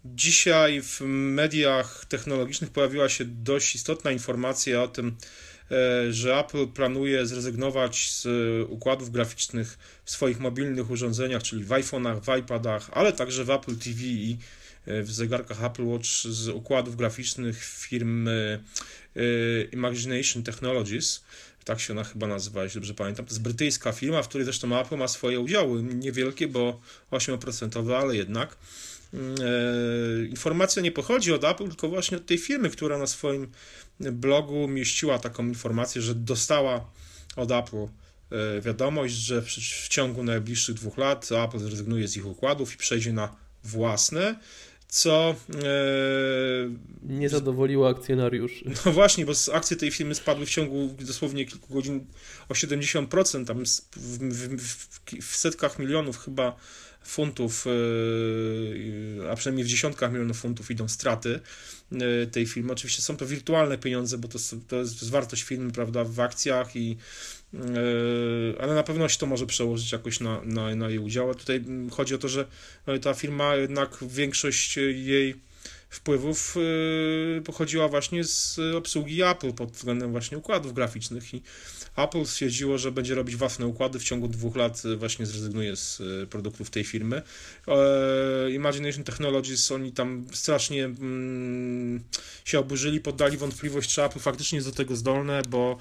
Dzisiaj w mediach technologicznych pojawiła się dość istotna informacja o tym, że Apple planuje zrezygnować z układów graficznych w swoich mobilnych urządzeniach, czyli w iPhone'ach, w iPadach, ale także w Apple TV i w zegarkach Apple Watch z układów graficznych firmy Imagination Technologies. Tak się ona chyba nazywa, jeśli dobrze pamiętam. To jest brytyjska firma, w której zresztą Apple ma swoje udziały. Niewielkie, bo 8%, ale jednak. Informacja nie pochodzi od Apple, tylko właśnie od tej firmy, która na swoim blogu mieściła taką informację, że dostała od Apple wiadomość, że w ciągu najbliższych 2 lat Apple zrezygnuje z ich układów i przejdzie na własne, co Nie zadowoliło akcjonariuszy. no właśnie, bo akcje tej firmy spadły w ciągu dosłownie kilku godzin o 70%, tam w setkach milionów chyba funtów, a przynajmniej w dziesiątkach milionów funtów idą straty tej firmy. Oczywiście są to wirtualne pieniądze, bo to jest wartość firmy, prawda, w akcjach, ale na pewno się to może przełożyć jakoś na jej udział. A tutaj chodzi o to, że ta firma jednak większość jej wpływów pochodziła właśnie z obsługi Apple pod względem właśnie układów graficznych i Apple stwierdziło, że będzie robić własne układy, w ciągu 2 lat właśnie zrezygnuje z produktów tej firmy. Imagination Technologies, oni tam strasznie się oburzyli, poddali wątpliwość, czy Apple faktycznie jest do tego zdolne, bo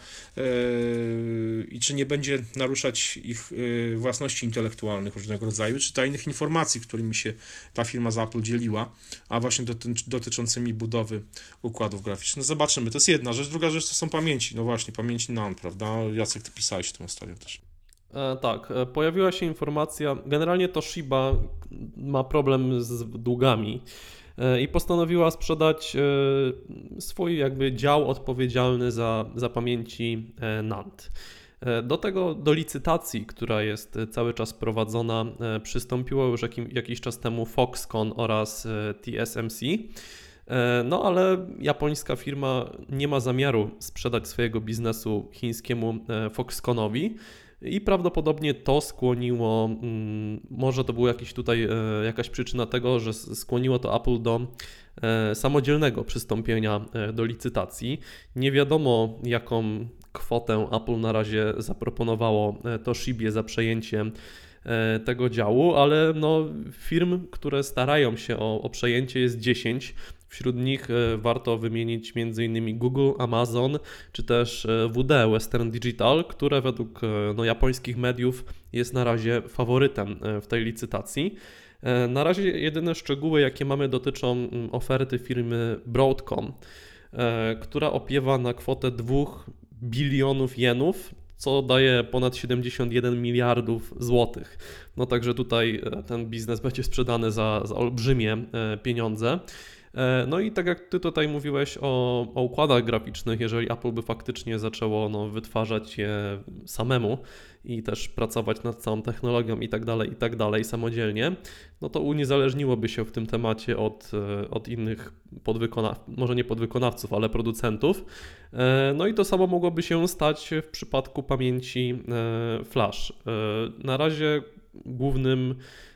i czy nie będzie naruszać ich własności intelektualnych różnego rodzaju, czy tajnych informacji, którymi się ta firma z Apple dzieliła, a właśnie dotyczącymi budowy układów graficznych. No zobaczymy, to jest jedna rzecz. Druga rzecz to są pamięci. No właśnie, pamięci NAND, prawda? Jacek, ty pisałeś o tym ostatnio też. Tak, pojawiła się informacja, generalnie Toshiba ma problem z długami i postanowiła sprzedać swój jakby dział odpowiedzialny za pamięci NAND. Do licytacji, która jest cały czas prowadzona, przystąpiło już jakiś czas temu Foxconn oraz TSMC. No ale japońska firma nie ma zamiaru sprzedać swojego biznesu chińskiemu Foxconnowi i prawdopodobnie to skłoniło, może to była jakaś przyczyna tego, że skłoniło to Apple do samodzielnego przystąpienia do licytacji. Nie wiadomo, jaką kwotę Apple na razie zaproponowało Toshibie za przejęcie tego działu, ale no, firm, które starają się o przejęcie jest 10. Wśród nich warto wymienić m.in. Google, Amazon czy też WD, Western Digital, które według japońskich mediów jest na razie faworytem w tej licytacji. Na razie jedyne szczegóły, jakie mamy, dotyczą oferty firmy Broadcom, która opiewa na kwotę 2 bilionów jenów, co daje ponad 71 miliardów złotych. No także tutaj ten biznes będzie sprzedany za olbrzymie pieniądze. No i tak jak ty tutaj mówiłeś o układach graficznych, jeżeli Apple by faktycznie zaczęło wytwarzać je samemu i też pracować nad całą technologią i tak dalej samodzielnie, no to uniezależniłoby się w tym temacie od innych może nie podwykonawców, ale producentów. No i to samo mogłoby się stać w przypadku pamięci flash. Na razie głównym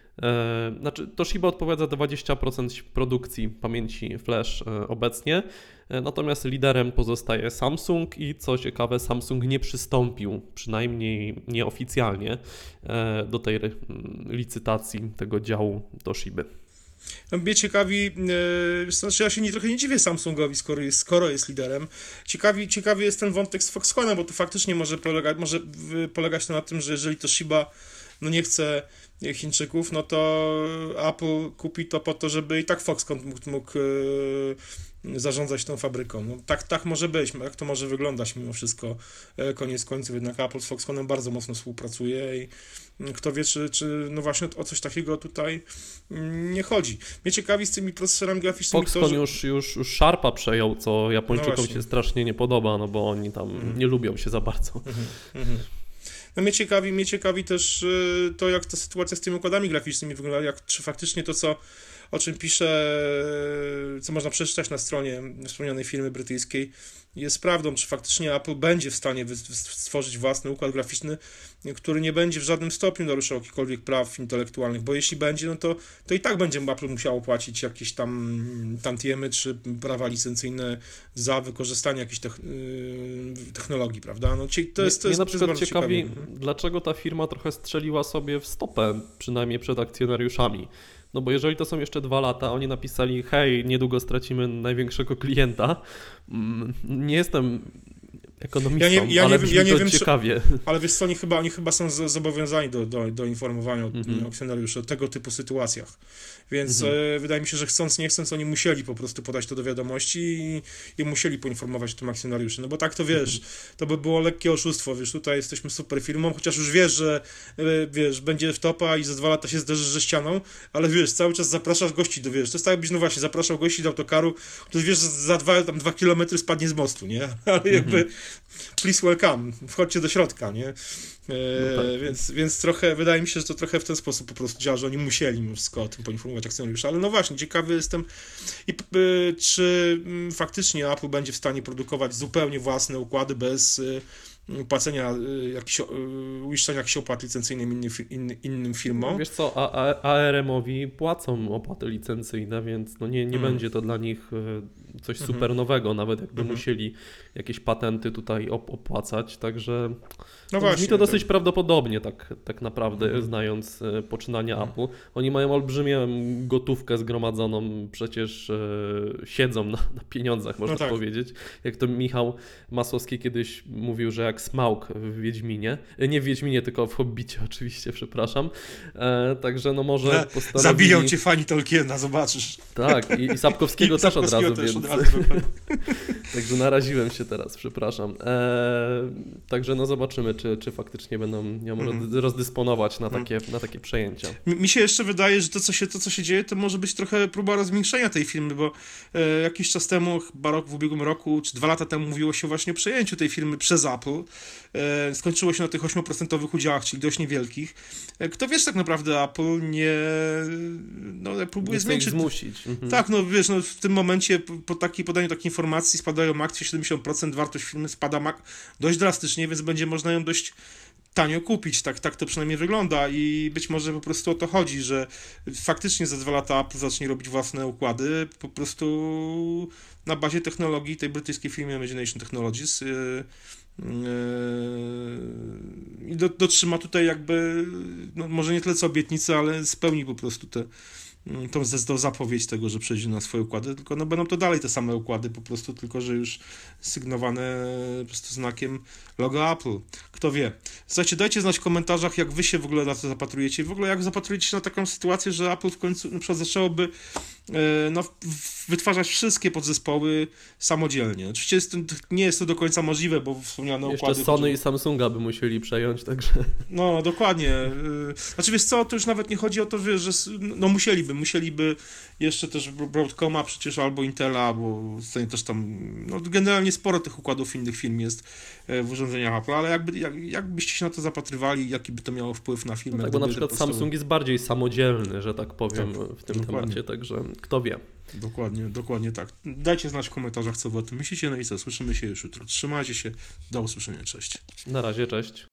Toshiba odpowiada za 20% produkcji pamięci flash obecnie, natomiast liderem pozostaje Samsung i co ciekawe, Samsung nie przystąpił, przynajmniej nieoficjalnie, do tej licytacji tego działu Toshiby. Mnie ciekawi, znaczy ja się trochę nie dziwię Samsungowi, skoro jest liderem. Ciekawy jest ten wątek z Foxconnem, bo to faktycznie może polegać to na tym, że jeżeli Toshiba nie chce Chińczyków, no to Apple kupi to po to, żeby i tak Foxconn mógł zarządzać tą fabryką. No, tak może być, jak to może wyglądać mimo wszystko. Koniec końców jednak Apple z Foxconnem bardzo mocno współpracuje i kto wie, czy no właśnie o coś takiego tutaj nie chodzi. Mnie ciekawi z tymi procesorami graficznymi Foxconn już Sharpa przejął, co Japończykom się strasznie nie podoba, no bo oni tam nie lubią się za bardzo. No mnie ciekawi też to, jak ta sytuacja z tymi układami graficznymi wygląda, czy faktycznie to, co o czym pisze, co można przeczytać na stronie wspomnianej firmy brytyjskiej, jest prawdą, czy faktycznie Apple będzie w stanie stworzyć własny układ graficzny, który nie będzie w żadnym stopniu naruszał jakichkolwiek praw intelektualnych, bo jeśli będzie, no to i tak będzie Apple musiało płacić jakieś tam tantiemy czy prawa licencyjne za wykorzystanie jakichś technologii, prawda? No, Mnie na przykład bardzo ciekawi, ciekawe. dlaczego ta firma trochę strzeliła sobie w stopę, przynajmniej przed akcjonariuszami. No bo jeżeli to są jeszcze 2 lata, oni napisali, hej, niedługo stracimy największego klienta. Nie jestem ekonomistą, ale brzmi to ciekawie. Ale wiesz co, oni chyba są zobowiązani do informowania akcjonariuszy o tego typu sytuacjach. Więc wydaje mi się, że chcąc, nie chcąc, oni musieli po prostu podać to do wiadomości i musieli poinformować o tym akcjonariuszy. No bo tak to wiesz, to by było lekkie oszustwo, wiesz, tutaj jesteśmy super firmą, chociaż już wiesz, że wiesz, będzie wtopa i za 2 lata się zderzysz ze ścianą, ale wiesz, cały czas zapraszasz gości to jest tak jakbyś, no właśnie, zapraszał gości do autokaru, który wiesz, że za 2 kilometry spadnie z mostu, nie? Ale jakby please welcome, wchodźcie do środka, nie? No tak. Więc trochę, wydaje mi się, że to trochę w ten sposób po prostu działa, że oni musieli mimo wszystko o tym poinformować akcjonariuszy, ale no właśnie, ciekawy jestem, czy faktycznie Apple będzie w stanie produkować zupełnie własne układy bez płacenia uiszczania jakichś opłat licencyjnym innym firmom. Wiesz co, ARM-owi płacą opłaty licencyjne, więc no nie będzie to dla nich coś super nowego, nawet jakby musieli jakieś patenty tutaj opłacać, także no właśnie, brzmi to dosyć prawdopodobnie tak naprawdę, znając poczynania Apple. Oni mają olbrzymią gotówkę zgromadzoną, przecież siedzą na pieniądzach, można powiedzieć. Jak to Michał Masłowski kiedyś mówił, że jak Smaug w Wiedźminie, nie w Wiedźminie, tylko w Hobbicie oczywiście, przepraszam. Także no może postanowili... Zabiją cię fani Tolkiena, zobaczysz. Tak, i Sapkowskiego też od razu, więc... Także naraziłem się teraz, przepraszam. Także no zobaczymy, czy faktycznie będą ją rozdysponować na takie przejęcia. Mi się jeszcze wydaje, że to, co się dzieje, to może być trochę próba rozmiększenia tej firmy, bo jakiś czas temu, chyba w ubiegłym roku, czy 2 lata temu mówiło się właśnie o przejęciu tej firmy przez Apple. Skończyło się na tych 8% udziałach, czyli dość niewielkich. Kto wiesz, tak naprawdę Apple nie próbuje zwiększyć. Zmusić. Tak, no wiesz, no, w tym momencie po podaniu takiej informacji spadają akcje, 70%, wartość firmy spada dość drastycznie, więc będzie można ją dość tanio kupić, tak to przynajmniej wygląda i być może po prostu o to chodzi, że faktycznie za 2 lata Apple zacznie robić własne układy, po prostu na bazie technologii tej brytyjskiej firmy Imagination Technologies i dotrzyma tutaj jakby, no może nie tyle co obietnicę, ale spełni po prostu tą zapowiedź tego, że przejdzie na swoje układy, tylko no będą to dalej te same układy po prostu, tylko że już sygnowane po prostu znakiem logo Apple. Kto wie. Słuchajcie, dajcie znać w komentarzach, jak wy się w ogóle na to zapatrujecie i w ogóle jak zapatrujecie się na taką sytuację, że Apple w końcu na przykład zaczęłoby wytwarzać wszystkie podzespoły samodzielnie. Oczywiście nie jest to do końca możliwe, bo wspomniane układy... Jeszcze Sony i Samsunga by musieli przejąć, także... No, dokładnie. Znaczy wiesz co, to już nawet nie chodzi o to, że no musieliby jeszcze też Broadcoma przecież, albo Intela, bo też tam, no generalnie sporo tych układów innych firm jest w urządzeniach Apple, ale jakbyście się na to zapatrywali, jaki by to miało wpływ na firmę? No tak, bo na przykład Samsung jest bardziej samodzielny, że tak powiem, w tym temacie, także kto wie. Dokładnie tak. Dajcie znać w komentarzach, co wy o tym myślicie, no i co, słyszymy się już jutro. Trzymajcie się, do usłyszenia, cześć. Na razie, cześć.